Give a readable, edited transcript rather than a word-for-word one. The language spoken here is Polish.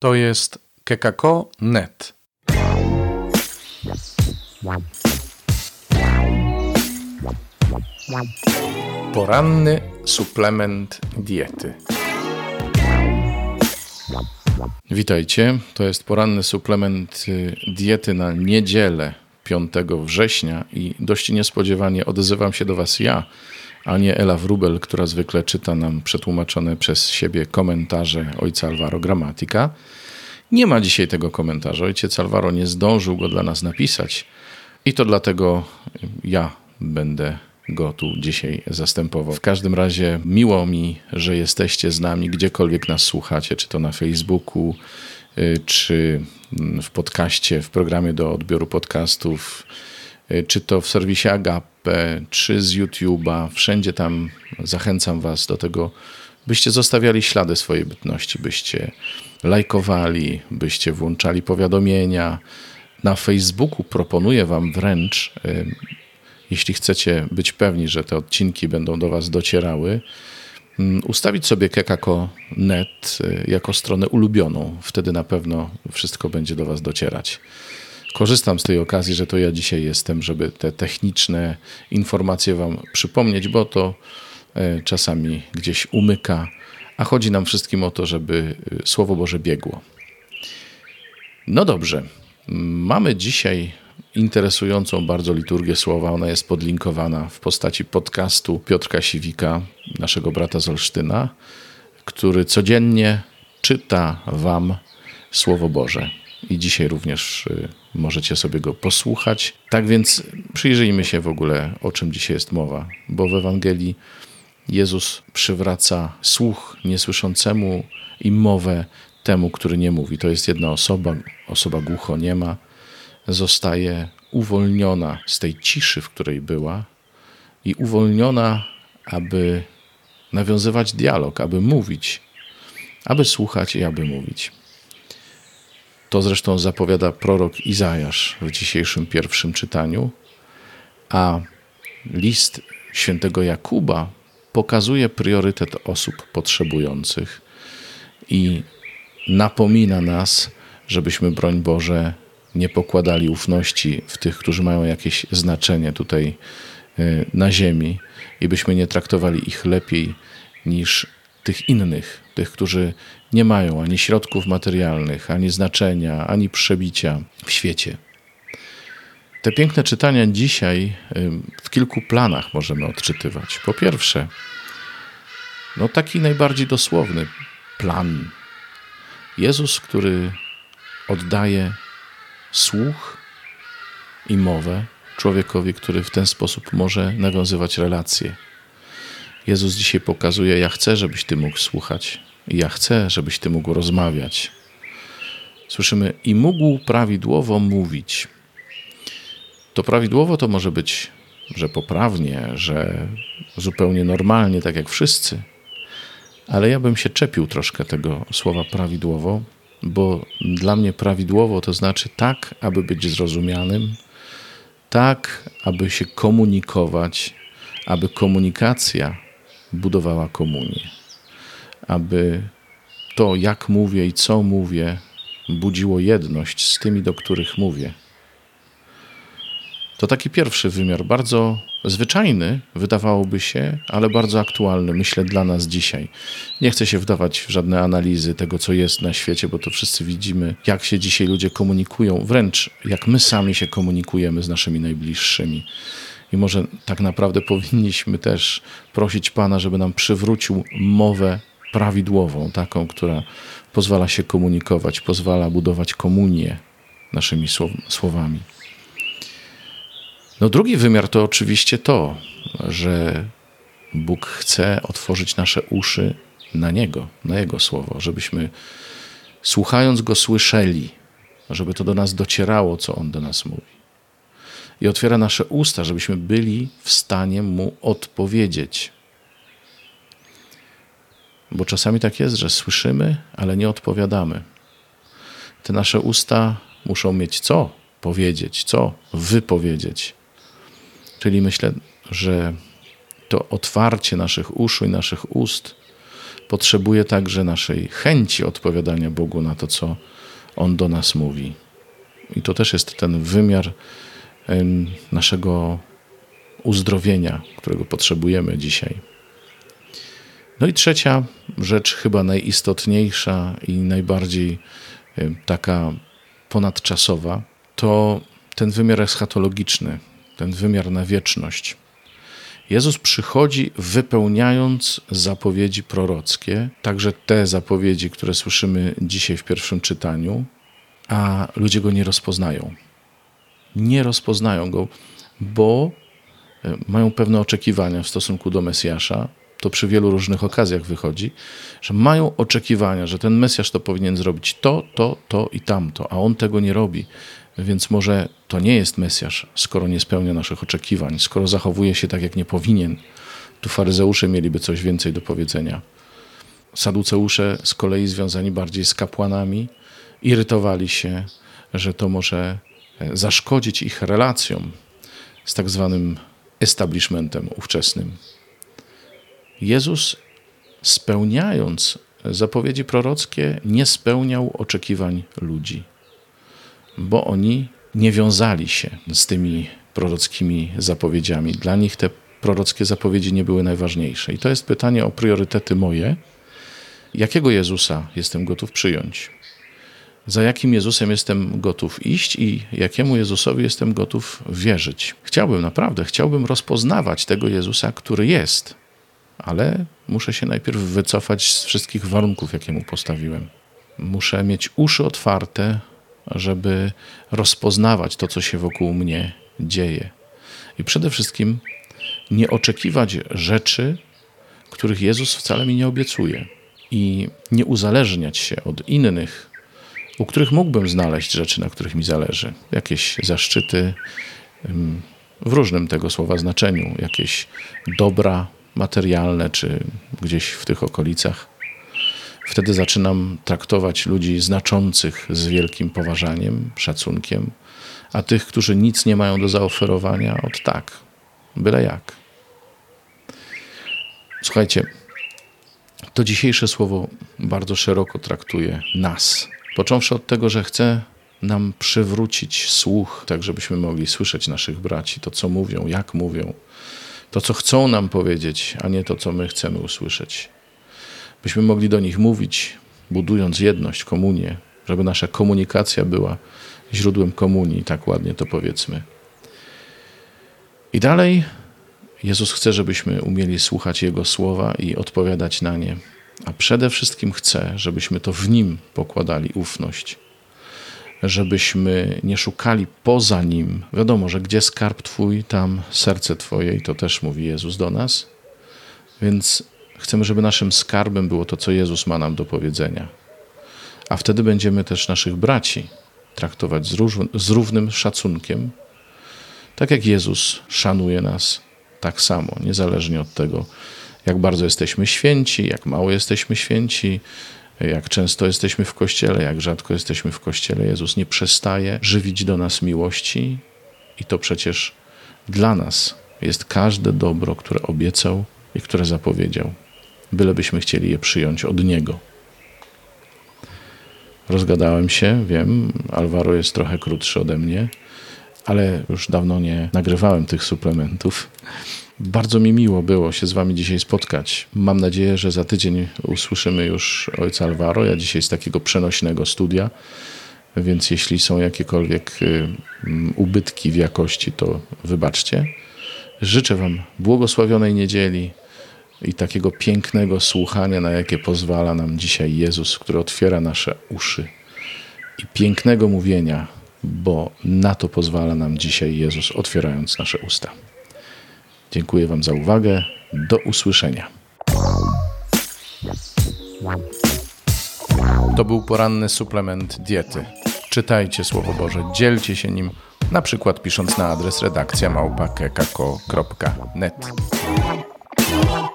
To jest kekako.net. Poranny suplement diety. Witajcie, to jest poranny suplement diety na niedzielę 5 września i dość niespodziewanie odzywam się do Was ja, a nie Ela Wróbel, która zwykle czyta nam przetłumaczone przez siebie komentarze ojca Alvaro Gramatika. Nie ma dzisiaj tego komentarza. Ojciec Alvaro nie zdążył go dla nas napisać i to dlatego ja będę go tu dzisiaj zastępował. W każdym razie miło mi, że jesteście z nami, gdziekolwiek nas słuchacie, czy to na Facebooku, czy w podcaście, w programie do odbioru podcastów, czy to w serwisie Agape, czy z YouTube'a. Wszędzie tam zachęcam Was do tego, byście zostawiali ślady swojej bytności, byście lajkowali, byście włączali powiadomienia. Na Facebooku proponuję Wam wręcz, jeśli chcecie być pewni, że te odcinki będą do Was docierały, ustawić sobie kekako.net jako stronę ulubioną. Wtedy na pewno wszystko będzie do Was docierać. Korzystam z tej okazji, że to ja dzisiaj jestem, żeby te techniczne informacje Wam przypomnieć, bo to czasami gdzieś umyka, a chodzi nam wszystkim o to, żeby Słowo Boże biegło. No dobrze, mamy dzisiaj interesującą bardzo liturgię słowa. Ona jest podlinkowana w postaci podcastu Piotrka Siwika, naszego brata z Olsztyna, który codziennie czyta Wam Słowo Boże. I dzisiaj również możecie sobie go posłuchać. Tak więc przyjrzyjmy się w ogóle, o czym dzisiaj jest mowa, bo w Ewangelii Jezus przywraca słuch niesłyszącemu i mowę temu, który nie mówi. To jest jedna osoba głuchoniema, zostaje uwolniona z tej ciszy, w której była i uwolniona, aby nawiązywać dialog, aby mówić, aby słuchać i aby mówić. To zresztą zapowiada prorok Izajasz w dzisiejszym pierwszym czytaniu, a list świętego Jakuba pokazuje priorytet osób potrzebujących i napomina nas, żebyśmy, broń Boże, nie pokładali ufności w tych, którzy mają jakieś znaczenie tutaj na ziemi i byśmy nie traktowali ich lepiej niż tych innych, tych, którzy nie mają ani środków materialnych, ani znaczenia, ani przebicia w świecie. Te piękne czytania dzisiaj w kilku planach możemy odczytywać. Po pierwsze, taki najbardziej dosłowny plan. Jezus, który oddaje słuch i mowę człowiekowi, który w ten sposób może nawiązywać relacje. Jezus dzisiaj pokazuje: ja chcę, żebyś Ty mógł słuchać. Ja chcę, żebyś Ty mógł rozmawiać. Słyszymy: i mógł prawidłowo mówić. To prawidłowo to może być, że poprawnie, że zupełnie normalnie, tak jak wszyscy. Ale ja bym się czepił troszkę tego słowa prawidłowo, bo dla mnie prawidłowo to znaczy tak, aby być zrozumianym, tak, aby się komunikować, aby komunikacja budowała komunię, aby to, jak mówię i co mówię, budziło jedność z tymi, do których mówię. To taki pierwszy wymiar, bardzo zwyczajny, wydawałoby się, ale bardzo aktualny, myślę, dla nas dzisiaj. Nie chcę się wdawać w żadne analizy tego, co jest na świecie, bo to wszyscy widzimy, jak się dzisiaj ludzie komunikują, wręcz jak my sami się komunikujemy z naszymi najbliższymi. I może tak naprawdę powinniśmy też prosić Pana, żeby nam przywrócił mowę prawidłową, taką, która pozwala się komunikować, pozwala budować komunię naszymi słowami. Drugi wymiar to oczywiście to, że Bóg chce otworzyć nasze uszy na Niego, na Jego Słowo, żebyśmy słuchając Go słyszeli, żeby to do nas docierało, co On do nas mówi. I otwiera nasze usta, żebyśmy byli w stanie Mu odpowiedzieć. Bo czasami tak jest, że słyszymy, ale nie odpowiadamy. Te nasze usta muszą mieć co powiedzieć, co wypowiedzieć. Czyli myślę, że to otwarcie naszych uszu i naszych ust potrzebuje także naszej chęci odpowiadania Bogu na to, co On do nas mówi. I to też jest ten wymiar naszego uzdrowienia, którego potrzebujemy dzisiaj. No i trzecia rzecz, chyba najistotniejsza i najbardziej taka ponadczasowa, to ten wymiar eschatologiczny, ten wymiar na wieczność. Jezus przychodzi wypełniając zapowiedzi prorockie, także te zapowiedzi, które słyszymy dzisiaj w pierwszym czytaniu, a ludzie Go nie rozpoznają. Nie rozpoznają Go, bo mają pewne oczekiwania w stosunku do Mesjasza. To przy wielu różnych okazjach wychodzi, że mają oczekiwania, że ten Mesjasz to powinien zrobić to i tamto, a On tego nie robi. Więc może to nie jest Mesjasz, skoro nie spełnia naszych oczekiwań, skoro zachowuje się tak, jak nie powinien. Tu faryzeusze mieliby coś więcej do powiedzenia. Saduceusze z kolei związani bardziej z kapłanami irytowali się, że to może zaszkodzić ich relacjom z tak zwanym establishmentem ówczesnym. Jezus, spełniając zapowiedzi prorockie, nie spełniał oczekiwań ludzi, bo oni nie wiązali się z tymi prorockimi zapowiedziami. Dla nich te prorockie zapowiedzi nie były najważniejsze. I to jest pytanie o priorytety moje. Jakiego Jezusa jestem gotów przyjąć? Za jakim Jezusem jestem gotów iść i jakiemu Jezusowi jestem gotów wierzyć? Chciałbym rozpoznawać tego Jezusa, który jest, ale muszę się najpierw wycofać z wszystkich warunków, jakie mu postawiłem. Muszę mieć uszy otwarte, żeby rozpoznawać to, co się wokół mnie dzieje. I przede wszystkim nie oczekiwać rzeczy, których Jezus wcale mi nie obiecuje. I nie uzależniać się od innych, u których mógłbym znaleźć rzeczy, na których mi zależy. Jakieś zaszczyty w różnym tego słowa znaczeniu, jakieś dobra materialne, czy gdzieś w tych okolicach. Wtedy zaczynam traktować ludzi znaczących z wielkim poważaniem, szacunkiem, a tych, którzy nic nie mają do zaoferowania, od tak, byle jak. Słuchajcie, to dzisiejsze słowo bardzo szeroko traktuje nas. Począwszy od tego, że chce nam przywrócić słuch, tak żebyśmy mogli słyszeć naszych braci, to co mówią, jak mówią, to co chcą nam powiedzieć, a nie to, co my chcemy usłyszeć. Byśmy mogli do nich mówić, budując jedność, komunię, żeby nasza komunikacja była źródłem komunii, tak ładnie to powiedzmy. I dalej Jezus chce, żebyśmy umieli słuchać Jego słowa i odpowiadać na nie, a przede wszystkim chce, żebyśmy to w Nim pokładali ufność, żebyśmy nie szukali poza Nim. Wiadomo, że gdzie skarb Twój, tam serce Twoje i to też mówi Jezus do nas, więc chcemy, żeby naszym skarbem było to, co Jezus ma nam do powiedzenia. A wtedy będziemy też naszych braci traktować z równym szacunkiem, tak jak Jezus szanuje nas tak samo, niezależnie od tego, jak bardzo jesteśmy święci, jak mało jesteśmy święci, jak często jesteśmy w Kościele, jak rzadko jesteśmy w Kościele. Jezus nie przestaje żywić do nas miłości i to przecież dla nas jest każde dobro, które obiecał i które zapowiedział. Bylebyśmy chcieli je przyjąć od Niego. Rozgadałem się, wiem, Alvaro jest trochę krótszy ode mnie, ale już dawno nie nagrywałem tych suplementów. Bardzo mi miło było się z wami dzisiaj spotkać. Mam nadzieję, że za tydzień usłyszymy już ojca Alvaro. Ja dzisiaj z takiego przenośnego studia, więc jeśli są jakiekolwiek ubytki w jakości, to wybaczcie. Życzę wam błogosławionej niedzieli i takiego pięknego słuchania, na jakie pozwala nam dzisiaj Jezus, który otwiera nasze uszy, i pięknego mówienia, bo na to pozwala nam dzisiaj Jezus, otwierając nasze usta. Dziękuję wam za uwagę. Do usłyszenia. To był poranny suplement diety. Czytajcie Słowo Boże, dzielcie się nim, na przykład pisząc na adres redakcja@kekako.net.